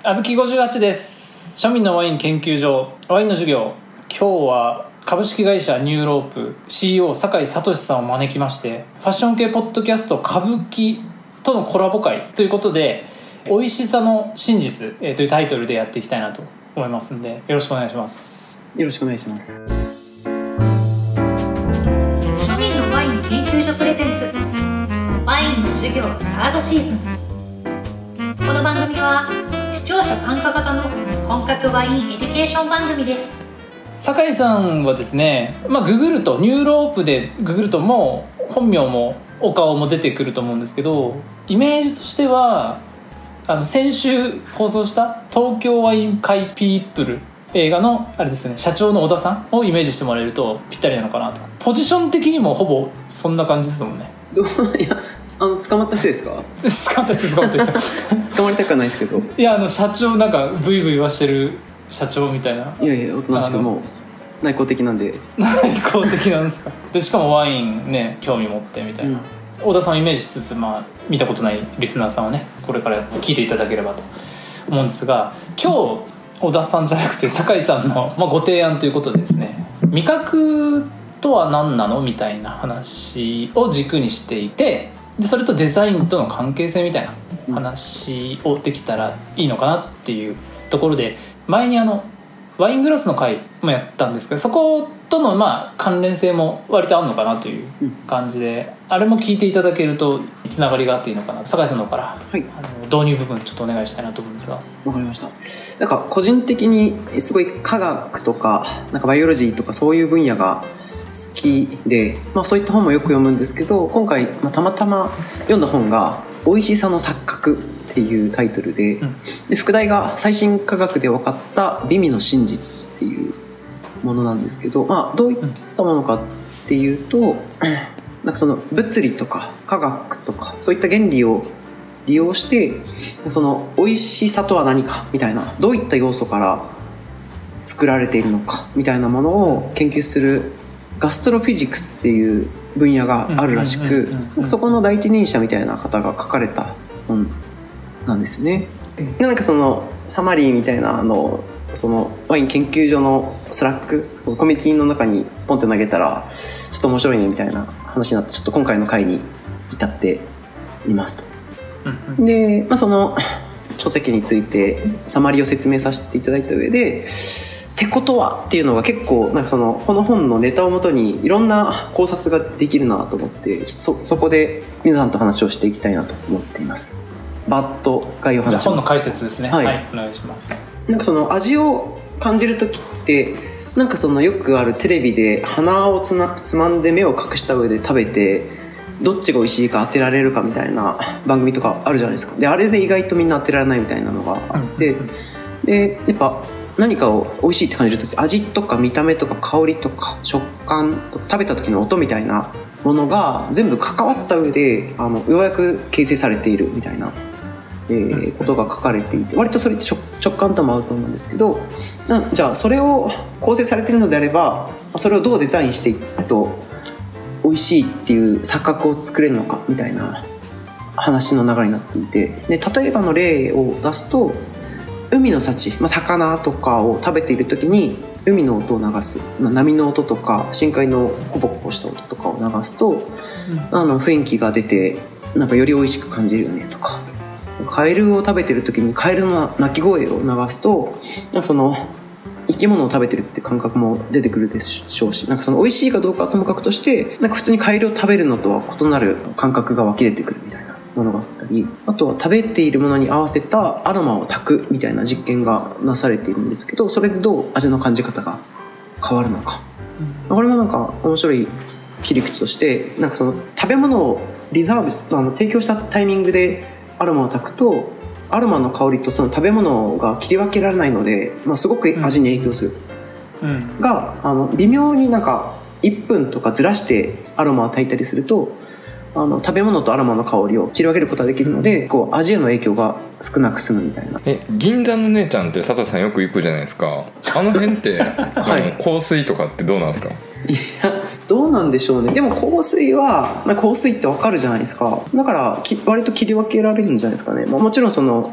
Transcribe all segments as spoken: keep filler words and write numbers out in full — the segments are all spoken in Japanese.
あずきごじゅうはちです。庶民のワイン研究所ワインの授業、今日は株式会社ニューロープ シーイーオー 酒井聡さんを招きまして、ファッション系ポッドキャスト歌舞伎とのコラボ会ということで、美味しさの真実、えー、というタイトルでやっていきたいなと思いますので、よろしくお願いします。 よろしくお願いします。 庶民のワイン研究所プレゼンツワインの授業サードシーズン。この番組は視聴者参加型の本格ワインエデュケーション番組です。 酒井さんはですね、まあ、ググるとニューロープでググるともう本名もお顔も出てくると思うんですけど、イメージとしてはあの先週放送した東京ワイン会ピープル映画のあれですね、社長の小田さんをイメージしてもらえるとぴったりなのかなと。ポジション的にもほぼそんな感じですもんね。 どういやあの捕まった人ですか？ 捕まった人捕まった人捕まりたくはないですけど、 いやあの社長なんかブイブイ言わしてる社長みたいな。 いやいやおとなしくもう内向的なんで。 内向的なんですか？でしかもワインね興味持ってみたいな、うん、小田さんをイメージしつつ、まあ、見たことないリスナーさんはねこれから聞いていただければと思うんですが、今日小田さんじゃなくて酒井さんの、まあ、ご提案ということでですね、味覚とは何なのみたいな話を軸にしていて、でそれとデザインとの関係性みたいな話をできたらいいのかなっていうところで、前にあのワイングラスの回もやったんですけど、そことのまあ関連性も割とあるのかなという感じで、うん、あれも聞いていただけるとつながりがあっていいのかな。酒井さんの方から、はい、あの導入部分ちょっとお願いしたいなと思うんですが。 わかりました。なんか個人的にすごい科学とかなんかバイオロジーとかそういう分野が好きで、まあ、そういった本もよく読むんですけど、今回、まあ、たまたま読んだ本が美味しさの錯覚っていうタイトル で,、うん、で副題が最新科学で分かった美味の真実っていうものなんですけど、まあ、どういったものかっていうと、うん、なんかその物理とか科学とかそういった原理を利用して、その美味しさとは何かみたいな、どういった要素から作られているのかみたいなものを研究するガストロフィジクスっていう分野があるらしく、そこの第一人者みたいな方が書かれた本なんですよね。でなんかそのサマリーみたいなあのそのワイン研究所のスラック、そのコミュニティの中にポンって投げたらちょっと面白いねみたいな話になって、ちょっと今回の回に至っていますと。で、まあ、その書籍についてサマリーを説明させていただいた上で、ってことはっていうのが結構なんかそのこの本のネタをもとにいろんな考察ができるなと思って、 そ, そこで皆さんと話をしていきたいなと思っています。バッと概要を話します。 じゃあ本の解説ですね。 はい、 はい、お願いします。 なんかその味を感じるときってなんかそのよくあるテレビで鼻をつ, なつまんで目を隠した上で食べてどっちが美味しいか当てられるかみたいな番組とかあるじゃないですか。であれで意外とみんな当てられないみたいなのがあって、うんうんうん、でやっぱ何かを美味しいって感じるとき、味とか見た目とか香りとか食感とか食べた時の音みたいなものが全部関わった上であのようやく形成されているみたいな、えー、ことが書かれていて、割とそれって直感とも合うと思うんですけど、じゃあそれを構成されているのであれば、それをどうデザインしていくと美味しいっていう錯覚を作れるのかみたいな話の流れになっていて、で例えばの例を出すと、海の幸、まあ、魚とかを食べている時に海の音を流す、まあ、波の音とか深海のコポコポした音とかを流すと、うん、あの雰囲気が出てなんかより美味しく感じるよねとか、カエルを食べてる時にカエルの鳴き声を流すとなんかその生き物を食べてるって感覚も出てくるでしょうし、なんかその美味しいかどうかはともかくとして、なんか普通にカエルを食べるのとは異なる感覚が湧き出てくるみたいなものがあったり、あとは食べているものに合わせたアロマを炊くみたいな実験がなされているんですけど、それでどう味の感じ方が変わるのか、うん、これもなんか面白い切り口として、なんかその食べ物をリザーブあの提供したタイミングでアロマを炊くとアロマの香りとその食べ物が切り分けられないので、まあ、すごく味に影響する、うん、があの微妙になんかいっぷんとかずらしてアロマを炊いたりすると、あの食べ物とアロマの香りを切り分けることができるので、こう味への影響が少なく済むみたいな。 え銀座の姉ちゃんって佐藤さんよく行くじゃないですか。あの辺って、はい、香水とかってどうなんですか？ いやどうなんでしょうね。でも香水は香水って分かるじゃないですか。だから割と切り分けられるんじゃないですかね。まあ、もちろんその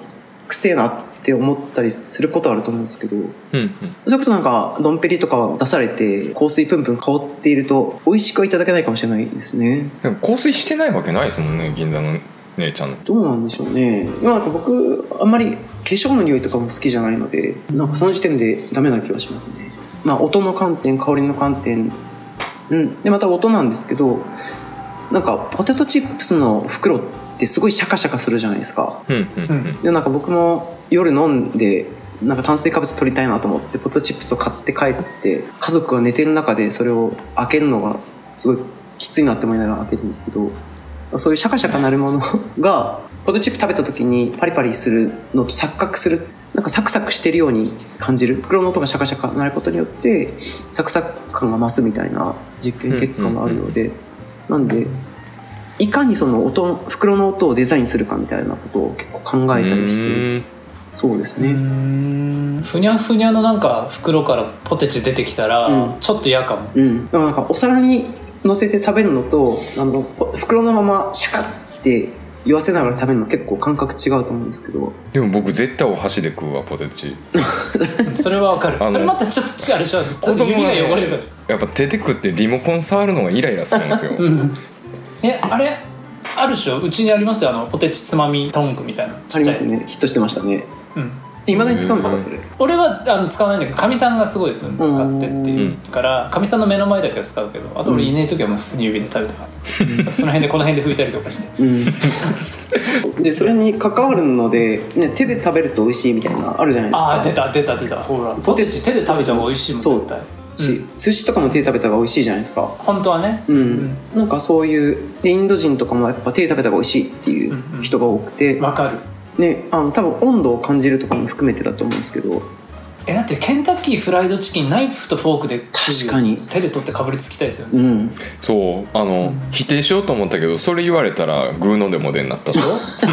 くせえなって思ったりすることはあると思うんですけど、 うんうん、 それこそなんかドンペリとか出されて香水プンプン香っていると美味しくはいただけないかもしれないですね。 でも香水してないわけないですもんね、銀座の姉ちゃん。 どうなんでしょうね。まあなんか僕あんまり化粧の匂いとかも好きじゃないので、なんかその時点でダメな気はしますね。まあ音の観点、香りの観点、うん、でまた音なんですけど、なんかポテトチップスの袋ってすごいシャカシャカするじゃないですか、 うんうんうん、 でなんか僕も夜飲んでなんか炭水化物取りたいなと思ってポテトチップスを買って帰って家族が寝てる中でそれを開けるのがすごいきついなって思いながら開けるんですけど、そういうシャカシャカなるものがポテトチップ食べた時にパリパリするのと錯覚する、なんかサクサクしてるように感じる、袋の音がシャカシャカなることによってサクサク感が増すみたいな実験結果があるので、うんうんうん、なんでいかにその音、袋の音をデザインするかみたいなことを結構考えたりして、そうですね。うーん、ふにゃふにゃのなんか袋からポテチ出てきたらちょっと嫌かも、 うん、だからなんかお皿に乗せて食べるのとあの袋のままシャカッて言わせながら食べるの結構感覚違うと思うんですけど、 でも僕絶対お箸で食うわポテチそれはわかる。それまたちょっとあれでしょ、指が汚れるからやっぱ手で食ってリモコン触るのがイライラするんですよ、うん、 えあれあるでしょ、うちにありますよ、あのポテチつまみトングみたいなちっちゃいやつ。 ありますね、ヒットしてましたね。 うん、 未だに使うんですかそれ。 俺はあの使わないんだけど、かみさんがすごいですよ、ね、使ってっていうからかみさんの目の前だけは使うけど、あと俺いない時はもう普通に指で食べてます、うん、その辺でこの辺で拭いたりとかして、 うん、でそれに関わるので、ね、手で食べると美味しいみたいなあるじゃないですか。 ああ出た出た出た、ほらポテチ手で食べた方が美味しいもん絶対。 し、うん、寿司とかも手で食べた方が美味しいじゃないですか本当はね、 うんうん、なんかそういうインド人とかもやっぱ手で食べた方が美味しいっていう人が多くて、 わ、うんうん、かるね、あの多分温度を感じるとかも含めてだと思うんですけど、 えだってケンタッキーフライドチキンナイフとフォークで確かに手で取ってかぶりつきたいですよね、 うん、 そうあの、うん、否定しようと思ったけどそれ言われたらグーのでもでになったでしょ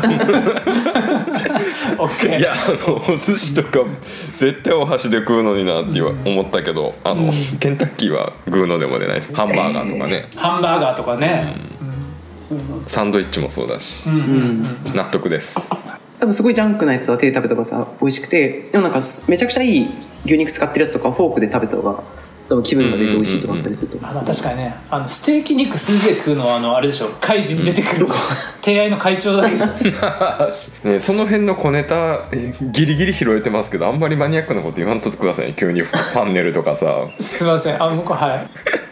オッケー。 いやあのお寿司とか絶対お箸で食うのになって思ったけど、あの、うん、ケンタッキーはグーのでもでないです。ハンバーガーとかね、 えー、ハンバーガーとかね、 うん、サンドイッチもそうだし、うんうんうん、納得です。 多分すごいジャンクなやつは手で食べた方が美味しくて、でもなんかめちゃくちゃいい牛肉使ってるやつとかフォークで食べた方が多分気分が出て美味しいとかあったりすると思うんですけど、 確かにね、あのステーキ肉すげえ食うのはあのあれでしょ、怪人に出てくる、うん、提愛の会長だけでしょね、その辺の小ネタギリギリ拾えてますけど、あんまりマニアックなこと言わんとってくださいね、急にパンネルとかさすいません、あの僕はい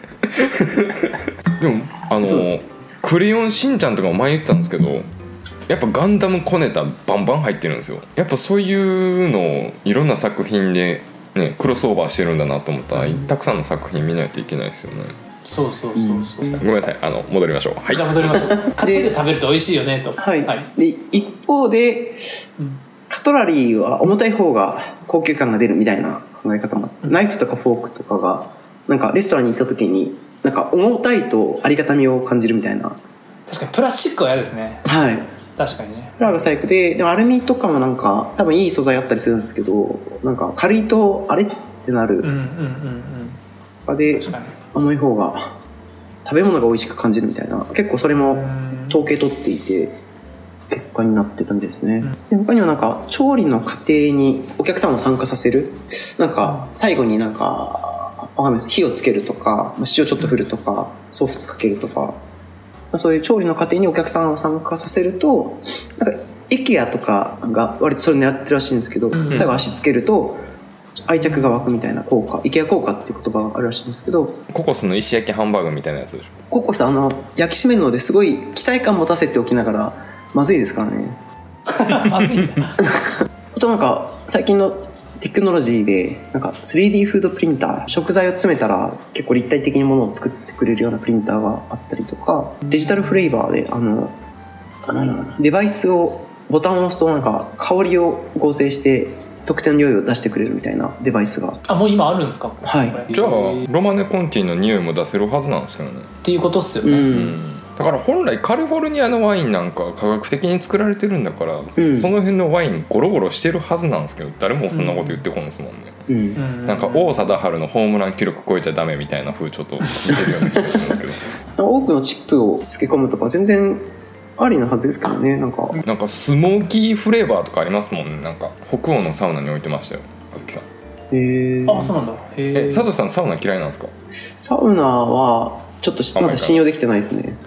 でもあのクレヨンしんちゃんとかも前言ってたんですけど、やっぱガンダム小ネタバンバン入ってるんですよ。やっぱそういうのをいろんな作品で、ね、クロスオーバーしてるんだなと思ったら、うん、たくさんの作品見ないといけないですよね。 そうそうそうそう、うん、 ごめんなさい、あの戻りましょう、はい、 じゃあ戻りましょう手で食べると美味しいよねと、 はいはい、で一方で、うん、カトラリーは重たい方が高級感が出るみたいな考え方もあって、うん、ナイフとかフォークとかがなんかレストランに行った時になんか重たいとありがたみを感じるみたいな。 確かにプラスチックは嫌ですね。 はい、 確かにね。 それは最悪で、でもアルミとかもなんか多分いい素材あったりするんですけど、なんか軽いとあれってなる、うんうんうんうん、で重い方が食べ物が美味しく感じるみたいな、結構それも統計取っていて結果になってたんですね、うん、で他にはなんか調理の過程にお客さんを参加させる、なんか最後になんかわかんないです、火をつけるとか塩ちょっと振るとかソースかけるとか、そういう調理の過程にお客さんを参加させると、なんか IKEA とかが割とそれ狙ってるらしいんですけど、うん、最後足つけると愛着が湧くみたいな効果、 IKEA 効果っていう言葉があるらしいんですけど、 ココスの石焼きハンバーグみたいなやつでしょ。 ココスあの焼き締めるのですごい期待感持たせておきながらまずいですからねまずいんだあとなんか最近のテクノロジーでなんか スリーディー フードプリンター、食材を詰めたら結構立体的にものを作ってくれるようなプリンターがあったりとか、デジタルフレーバーであのあのデバイスをボタンを押すとなんか香りを合成して特定の匂いを出してくれるみたいなデバイスが、 あもう今あるんですか。 はい、 じゃあロマネコンティの匂いも出せるはずなんですけどねっていうことっすよね、うん、 だから本来カリフォルニアのワインなんか科学的に作られてるんだから、うん、その辺のワインゴロゴロしてるはずなんですけど、誰もそんなこと言ってこんですもんね、うん、なんか王貞治のホームラン記録超えちゃダメみたいな風ちょっと似てるような気がするんですけど多くのチップを漬け込むとか全然ありなはずですけどね。なんかなんかスモーキーフレーバーとかありますもんね。なんか北欧のサウナに置いてましたよ、あずきさん。 へあ、そうなんだ。へえ、 え。 佐藤さんサウナ嫌いなんですか？ サウナはちょっとまだ信用できてないですね。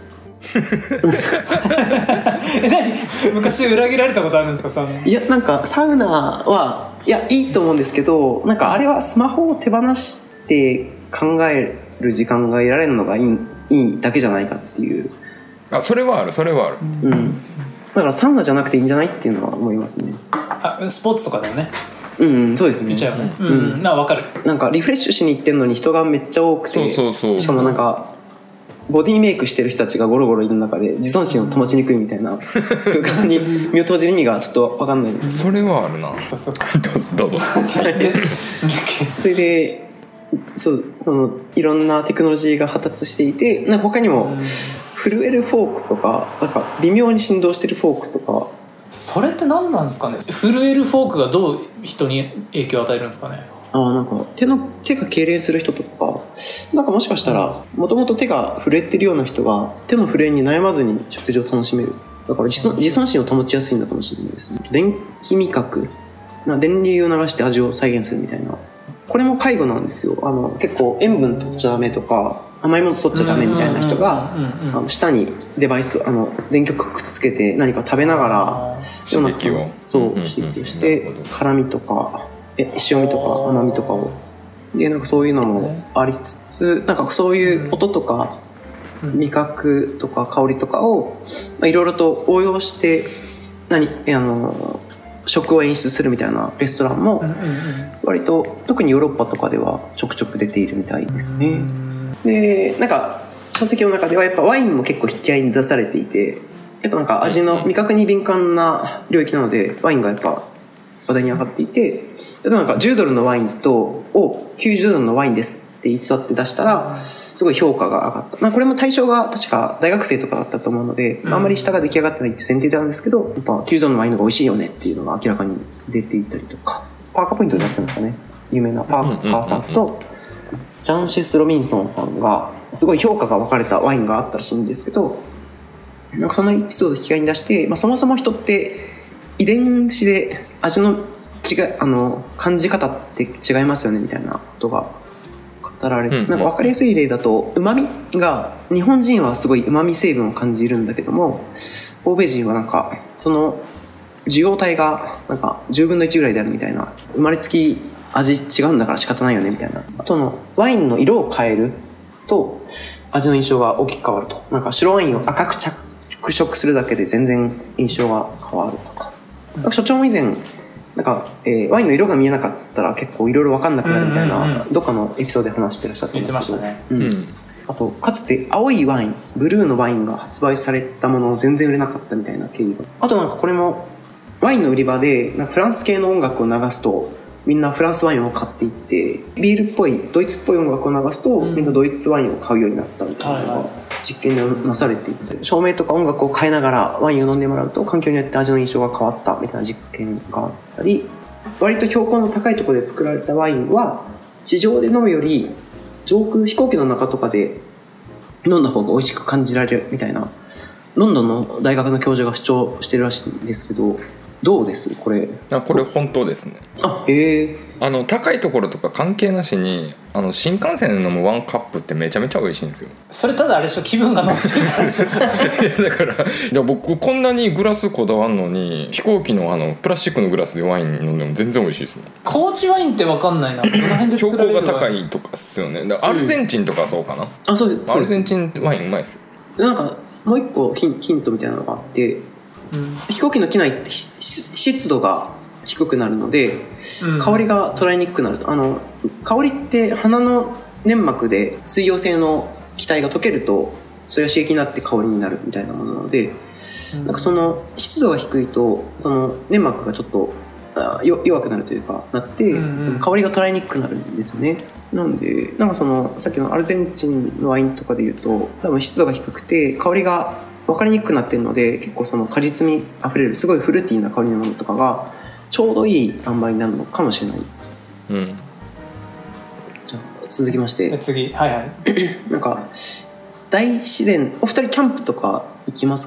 え、何昔裏切られたことあるんですか、サウナ。 いや、なんかサウナはいやいいと思うんですけど、なんかあれはスマホを手放して考える時間が得られるのがいい、いいだけじゃないかっていう。 あ、それはある、それはある。 うん。だからサウナじゃなくていいんじゃないっていうのは思いますね。 あ、スポーツとかだよね。 うん、うん、そうですね。 見ちゃうね。うん、 うん、 なんか分かる。 なんかリフレッシュしに行ってんのに人がめっちゃ多くて、 そうそうそう。 しかもなんかボディメイクしてる人たちがゴロゴロいる中で自尊心を保ちにくいみたいな空間に身を投じる意味がちょっと分かんない。 それはあるな。 そうか。 どうぞどうぞ。 それでそうそのいろんなテクノロジーが発達していて、なんか他にも震えるフォークとか、なんか微妙に振動してるフォークとか。 それって何なんですかね。震えるフォークがどう人に影響を与えるんですかね。 ああ、なんか手の手が痙攣する人とか、なんかもしかしたらもともと手が震えてるような人が手の震えに悩まずに食事を楽しめる。だから自尊、自尊心を保ちやすいんだかもしれないですね。電気味覚、電流を流して味を再現するみたいな。これも介護なんですよ。あの結構塩分取っちゃダメとか甘いもの取っちゃダメみたいな人が舌にデバイス、あの電極くっつけて何か食べながら刺激をそう刺激をして辛みとかえ塩味とか甘みとかをで、なんかそういうのもありつつ、なんかそういう音とか味覚とか香りとかをいろいろと応用して何あの食を演出するみたいなレストランも割と特にヨーロッパとかではちょくちょく出ているみたいですね。で、なんか書籍の中ではやっぱワインも結構引き合いに出されていて、やっぱなんか味の味覚に敏感な領域なのでワインがやっぱ話題に上がっていて、例えばなんかじゅうドルのワインとをきゅうじゅうドルのワインですって偽って出したらすごい評価が上がった。まあこれも対象が確か大学生とかだったと思うので、あんまり下が出来上がってないっていう前提なんですけど、やっぱきゅうじゅうドルのワインの方が美味しいよねっていうのが明らかに出ていたりとか、パーカーポイントになったんですかね、有名なパーカーさんとジャンシス・ロビンソンさんがすごい評価が分かれたワインがあったらしいんですけど、なんかそのエピソードを引き換えに出して、まあ、そもそも人って遺伝子で味の違い、あの感じ方って違いますよねみたいなことが語られて、うんうん、なんか分かりやすい例だとうまみが日本人はすごいうまみ成分を感じるんだけども、欧米人はなんかその受容体がなんかじゅうぶんのいちぐらいであるみたいな、生まれつき味違うんだから仕方ないよねみたいな。あとのワインの色を変えると味の印象が大きく変わると、なんか白ワインを赤く着色するだけで全然印象が変わるとか、なんか所長も以前なんか、えー、ワインの色が見えなかったら結構いろいろ分かんなくなるみたいな、うんうんうん、どっかのエピソードで話してらっしゃったんですけど、ね、うん、あとかつて青いワイン、ブルーのワインが発売されたものを全然売れなかったみたいな経緯が。あとなんかこれもワインの売り場でなんかフランス系の音楽を流すとみんなフランスワインを買っていって、ビールっぽいドイツっぽい音楽を流すとみんなドイツワインを買うようになったみたいなのが実験でなされていて、照明とか音楽を変えながらワインを飲んでもらうと環境によって味の印象が変わったみたいな実験があったり、割と標高の高いところで作られたワインは地上で飲むより上空飛行機の中とかで飲んだ方が美味しく感じられるみたいな、ロンドンの大学の教授が主張してるらしいんですけど、どうですこれ？ あ、これ本当ですね。 あ、へえ。 あの高いところとか関係なしに、あの新幹線で飲むワンカップってめちゃめちゃ美味しいんですよ。 それただあれでしょ、気分が乗ってるからでしょ。 いやだからいや僕こんなにグラスこだわるのに、飛行機のあのプラスチックのグラスでワイン飲んでも全然美味しいですもん。 高地ワインって分かんないな、この辺で作られる標高が高いとかっすよね。だからアルゼンチンとかそうかな、うん、 あ、そうです。 アルゼンチンワインうまいですよ。 なんかもう一個ヒン、ヒントみたいなのがあって、うん、飛行機の機内って湿度が低くなるので、うん、香りが捉えにくくなると、あの香りって鼻の粘膜で水溶性の気体が溶けるとそれが刺激になって香りになるみたいなものなので、うん、なんかその湿度が低いとその粘膜がちょっとあ弱くなるというかなって、うんうん、香りが捉えにくくなるんですよね。なんでなんかそのさっきのアルゼンチンのワインとかでいうと多分湿度が低くて香りが分かりにくくなってるので、結構その果実味あふれるすごいフルーティーな香りのものとかがちょうどいい塩梅になるのかもしれない。うん。じゃあ続きまして次、はいはい。 なんか大自然、お二人キャンプとか行きますか？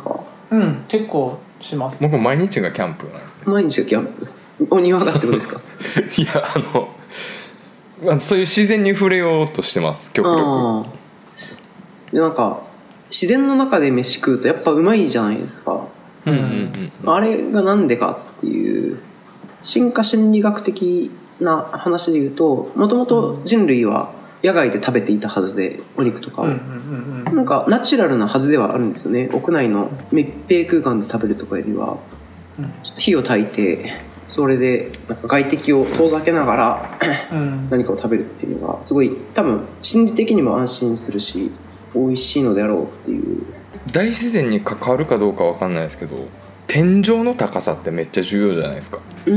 うん結構します僕毎日がキャンプなんで毎日がキャンプお庭がってことですかいやあのあのそういう自然に触れようとしてます極力。 あでなんか自然の中で飯食うとやっぱうまいじゃないですか。 うんうんうん、 あれがなんでかっていう進化心理学的な話で言うと、もともと人類は野外で食べていたはずで、お肉とかを、 うんうんうんうん、 なんかナチュラルなはずではあるんですよね。屋内の密閉空間で食べるとかよりはちょっと火を焚いて、それでなんか外敵を遠ざけながら何かを食べるっていうのがすごい多分心理的にも安心するし美味しいのであろうっていう。 大自然に関わるかどうかわかんないですけど、天井の高さってめっちゃ重要じゃないですか。 うん、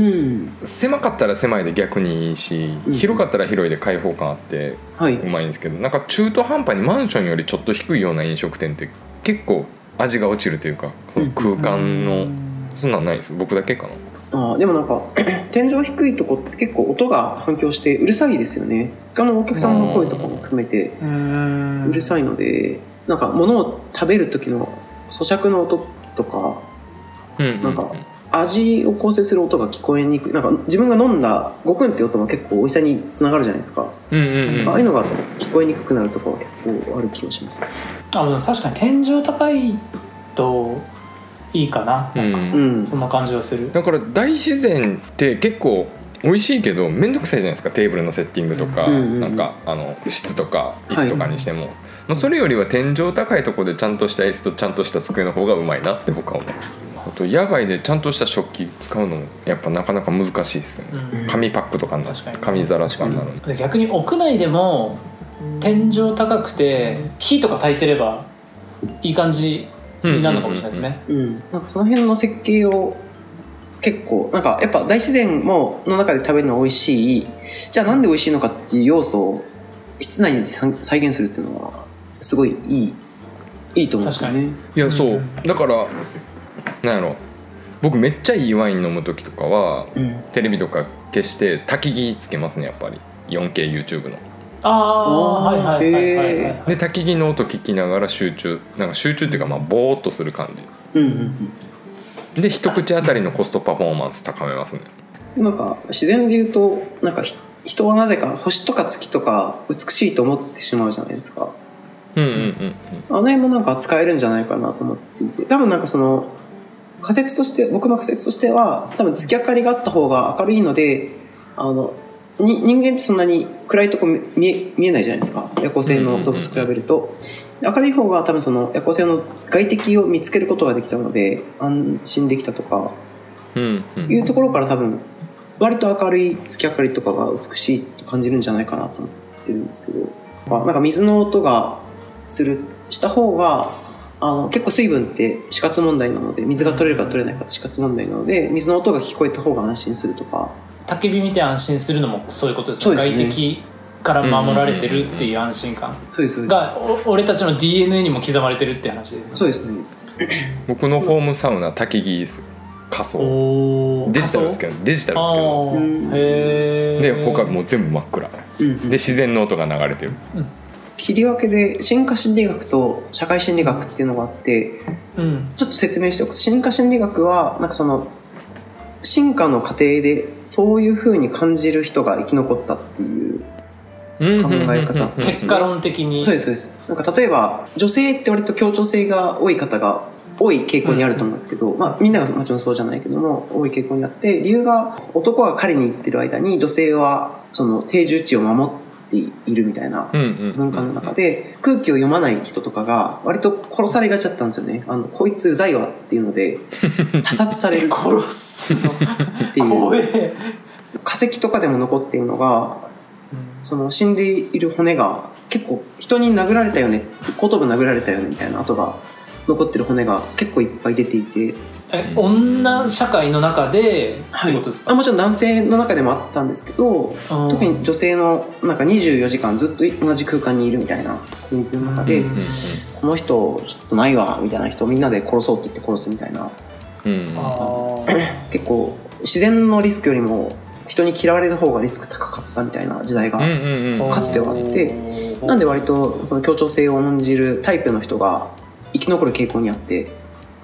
狭かったら狭いで逆にいいし、 うん、 広かったら広いで開放感あってうまいんですけど、はい、なんか中途半端にマンションよりちょっと低いような飲食店って結構味が落ちるというか、その空間の、うん、そんなんないです。僕だけかな。 あでもなんか天井低いとこって結構音が反響してうるさいですよね。他のお客さんの声とかも含めてうるさいので、なんか物を食べる時の咀嚼の音とか、うんうんうん、なんか味を構成する音が聞こえにくい。なんか自分が飲んだゴクンって音も結構美味しさにつながるじゃないですか、うんうんうん、ああいうのが聞こえにくくなるとかは結構ある気がします。 あでも確かに天井高いといいかな、なんか、うん、そんな感じはする。 だから大自然って結構美味しいけど面倒くさいじゃないですか。テーブルのセッティングとか、うんうんうん、なんかあの室とか椅子とかにしても、はい、まあ、それよりは天井高いところでちゃんとした椅子とちゃんとした机の方がうまいなって僕は思う。あと野外でちゃんとした食器使うのもやっぱなかなか難しいですよね、うん、紙パックとかになって紙皿とかになるので、 逆に屋内でも天井高くて火とか焚いてればいい感じになるのかもしれないですね。 うんうんうんうん、なんかその辺の設計を結構なんかやっぱ大自然もの中で食べるのは美味しい。じゃあなんで美味しいのかっていう要素を室内に再現するっていうのはすごいいいいいと思うんですよね。 いやそうだからなんやろ、僕めっちゃいいワイン飲む時とかは、うん、テレビとか消して焚き木つけますね、やっぱり よんケーユーチューブ の。 ああはいはいはいはい、はい、 で焚き木の音聞きながら集中なんか集中っていうかまあボーっとする感じ、うんうんうん、で一口当たりのコストパフォーマンス高めますね。 なんか自然で言うとなんか人はなぜか星とか月とか美しいと思ってしまうじゃないですか。うんうんうんうん、あの辺もなんか使えるんじゃないかなと思っていて、多分なんかその仮説として僕の仮説としては多分月明かりがあった方が明るいので、あのに人間ってそんなに暗いとこ見え、見えないじゃないですか、夜行性の動物と比べると。明るい方が多分その夜行性の外敵を見つけることができたので安心できたとかいうところから多分割と明るい月明かりとかが美しいと感じるんじゃないかなと思ってるんですけど、なんか水の音がするした方があの結構水分って死活問題なので、水が取れるか取れないかって死活問題なので、水の音が聞こえた方が安心するとか。 焚き火見て安心するのもそういうことですね。外敵から守られてるっていう安心感が俺たちの ディーエヌエー にも刻まれてるって話ですね。 そうですね。 僕のホームサウナ焚き木ですよ。仮想デジタルですけどデジタルですけどへで他もう全部真っ暗、うん、で自然の音が流れてる、うん、 切り分けで進化心理学と社会心理学っていうのがあって、うん、ちょっと説明しておくと、進化心理学はなんかその進化の過程でそういう風に感じる人が生き残ったっていう考え方、ね、 結果論的に。 そうですそうです。なんか例えば女性って割と協調性が多い方が多い傾向にあると思うんですけど、うんまあ、みんながもちろんそうじゃないけども多い傾向にあって、理由が男が狩りに行ってる間に女性はその定住地を守っているみたいな文化の中で、空気を読まない人とかが割と殺されがちだったんですよね。あのこいつうざいわっていうので他殺される殺すのっていう化石とかでも残っているのが、その死んでいる骨が結構人に殴られたよね、後頭部殴られたよねみたいな跡が残ってる骨が結構いっぱい出ていて。 え女社会の中でってことですか？ はい、あもちろん男性の中でもあったんですけど、特に女性のなんかにじゅうよじかんずっと同じ空間にいるみたいな雰囲気の中で、うんうんうん、この人ちょっとないわみたいな人をみんなで殺そうって言って殺すみたいな、うん、あ結構自然のリスクよりも人に嫌われる方がリスク高かったみたいな時代がかつてはあって、なんで割とこの協調性を重んじるタイプの人が生き残る傾向にあって、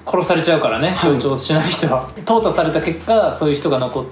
殺されちゃうからね、 はい、 強調しない人は淘汰された結果そういう人が残って、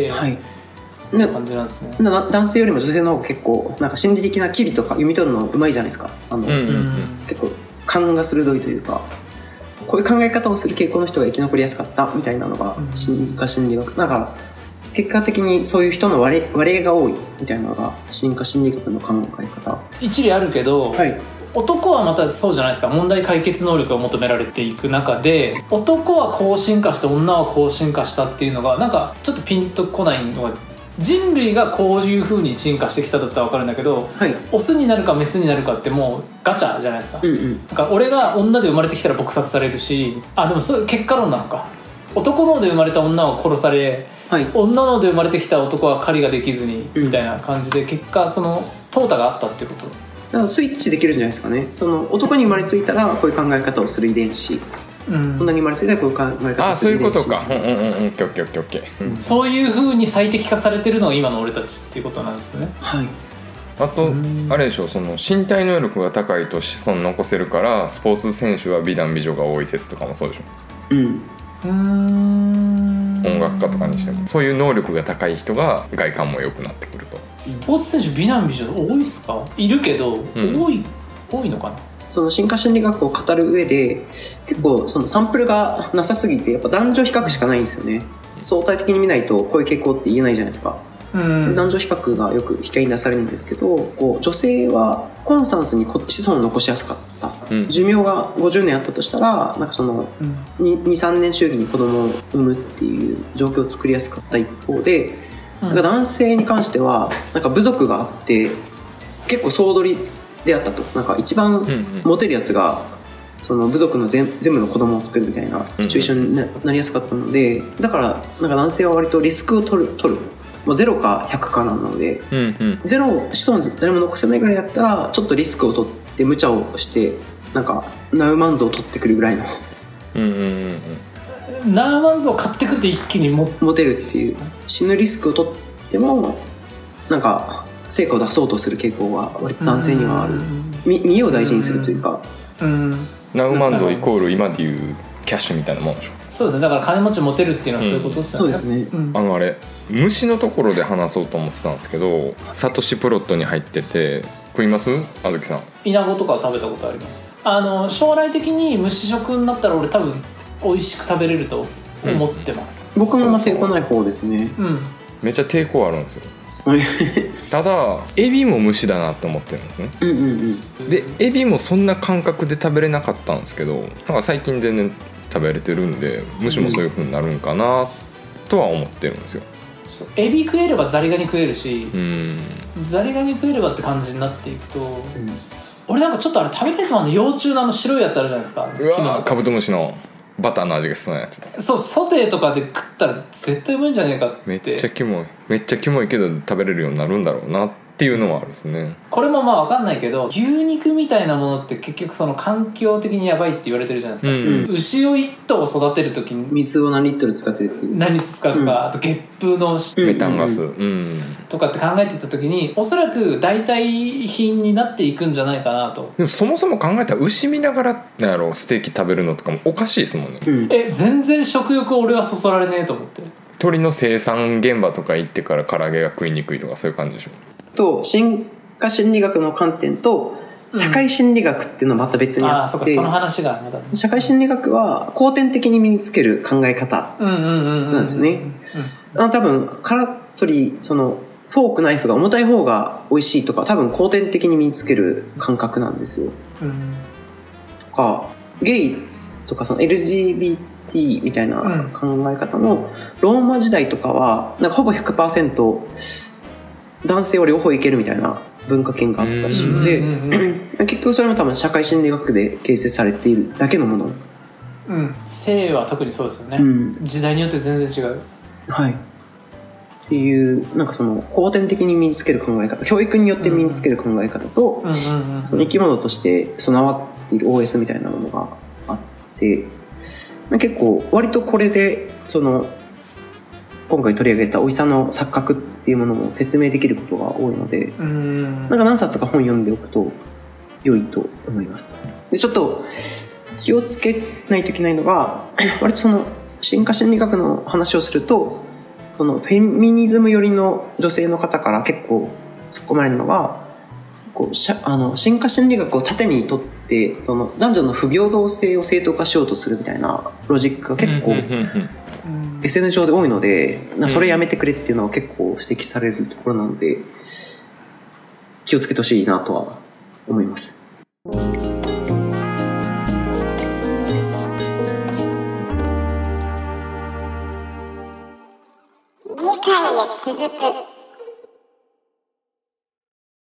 はい、 って感じなんですね。 男性よりも女性の方が結構なんか心理的な機微とか読み取るのうまいじゃないですか。あの、うんうんうん、結構勘が鋭いというか、こういう考え方をする傾向の人が生き残りやすかったみたいなのが進化心理学、だから結果的にそういう人の割合が多いみたいなのが進化心理学の考え方。 一理あるけど、 はい、 男はまたそうじゃないですか。問題解決能力が求められていく中で、男はこう進化して女はこう進化したっていうのがなんかちょっとピンとこないのが、人類がこういう風に進化してきただったら分かるんだけど、はい、オスになるかメスになるかってもうガチャじゃないですか、うんうん、なんか俺が女で生まれてきたら撲殺されるし、あでもそういう結果論なのか、男脳で生まれた女は殺され、はい、女脳で生まれてきた男は狩りができずに、うん、みたいな感じで結果その淘汰があったっていうことだからスイッチできるんじゃないですかね。その男に生まれついたらこういう考え方をする遺伝子、うん、女に生まれついたらこういう考え方をする遺伝子。ああそういうことか、うんうんうんうん、オッケーオッケーオッケー、うん、そういう風に最適化されてるのが今の俺たちっていうことなんですよね。 はい。 あとあれでしょ、その身体能力が高いと子孫残せるからスポーツ選手は美男美女が多い説とかもそうでしょ。 うん。うーん、 音楽家とかにしてもそういう能力が高い人が外観も良くなってくると。 スポーツ選手美男美女多いっすか？いるけど、うん、多い多いのかな。 その進化心理学を語る上で結構そのサンプルがなさすぎてやっぱ男女比較しかないんですよね。相対的に見ないとこういう傾向って言えないじゃないですか。うん、男女比較がよく比較に出されるんですけど、こう女性はコンスタンスに子孫を残しやすかった、うん、寿命がごじゅうねんあったとしたらなんかその、うん、にさんねん周期に子供を産むっていう状況を作りやすかった一方で、うん、なんか男性に関してはなんか部族があって結構総取りであったと、なんか一番モテるやつがその部族の 全, 全部の子供を作るみたいなシチュエーションになりやすかったので、だからなんか男性は割とリスクを取る取るもうゼロかひゃくかなので、うんうん、ゼロ子孫誰も残せないぐらいだったらちょっとリスクを取って無茶をしてなんかナウマンゾを取ってくるぐらいのうんうんうんうん、ナウマンゾを買ってくると一気にもモテるっていう、死ぬリスクを取ってもなんか成果を出そうとする傾向が割と男性にはある。身を大事にするというか、 うんうん、ナウマンゾイコール今でいうキャッシュみたいなもんでしょ。 そうですね、だから金持ちモテるっていうのはそういうことですよね、 うん、そうですね、うん、 あのあれ虫のところで話そうと思ってたんですけど、サトシプロットに入ってて食います？あずきさん。 イナゴとか食べたことあります。あの将来的に虫食になったら俺多分美味しく食べれると思ってます、 うん、僕も抵抗ない方ですね、 うん、 めっちゃ抵抗あるんですよただエビも虫だなって思ってるんですね、 うんうんうん、 でエビもそんな感覚で食べれなかったんですけど、なんか最近全然食べれてるんで虫もそういう風になるんかなとは思ってるんですよ。 エビ食えればザリガニ食えるし、うん、ザリガニ食えればって感じになっていくと、うん、俺なんかちょっとあれ食べたいですもんね。幼虫のあの白いやつあるじゃないですか。 うわカブトムシのバターの味がしそうなやつ。 そうソテーとかで食ったら絶対うまいんじゃねえかって。 めっちゃキモいめっちゃキモいけど食べれるようになるんだろうなっていうのはあるですね。 これもまあ分かんないけど牛肉みたいなものって結局その環境的にやばいって言われてるじゃないですか、うんうん、牛を一頭育てるときに水を何リットル使ってるっていう何リットル使うとか、うん、あとゲップのメタンガス、うん、 とかって考えていったときにおそらく代替品になっていくんじゃないかなと。 でもそもそも考えたら牛見ながらなんやろステーキ食べるのとかもおかしいですもんね、 うん、え全然食欲俺はそそられねえと思って。 鳥の生産現場とか行ってから唐揚げが食いにくいとかそういう感じでしょ。 と進化心理学の観点と社会心理学っていうのはまた別にあって、うん、あそうかその話がまだ、ね、 社会心理学は後天的に身につける考え方なんですよね。多分からとりそのフォークナイフが重たい方が美味しいとか多分後天的に身につける感覚なんですよ、うん、とかゲイとかその エルジービーティー みたいな考え方も、ローマ時代とかはなんかほぼ ひゃくパーセント 男性は両方いけるみたいな文化圏があったらしいので、結局それも多分社会心理学で形成されているだけのもの、 うん、性は特にそうですよね、うん、時代によって全然違う、 はい、っていうなんかその後天的に身につける考え方、教育によって身につける考え方と、その生き物として備わっている オーエス みたいなものがあって、結構割とこれでその今回取り上げたお医者の錯覚っていうものも説明できることが多いので、うん、なんか何冊か本読んでおくと良いと思いますと。でちょっと気をつけないといけないのが割とその進化心理学の話をするとそのフェミニズム寄りの女性の方から結構突っ込まれるのがこうしゃあの進化心理学を盾にとってその男女の不平等性を正当化しようとするみたいなロジックが結構 エスエヌエス 上で多いのでそれやめてくれっていうのは結構指摘されるところなので気をつけてほしいなとは思います。 次回へ続く。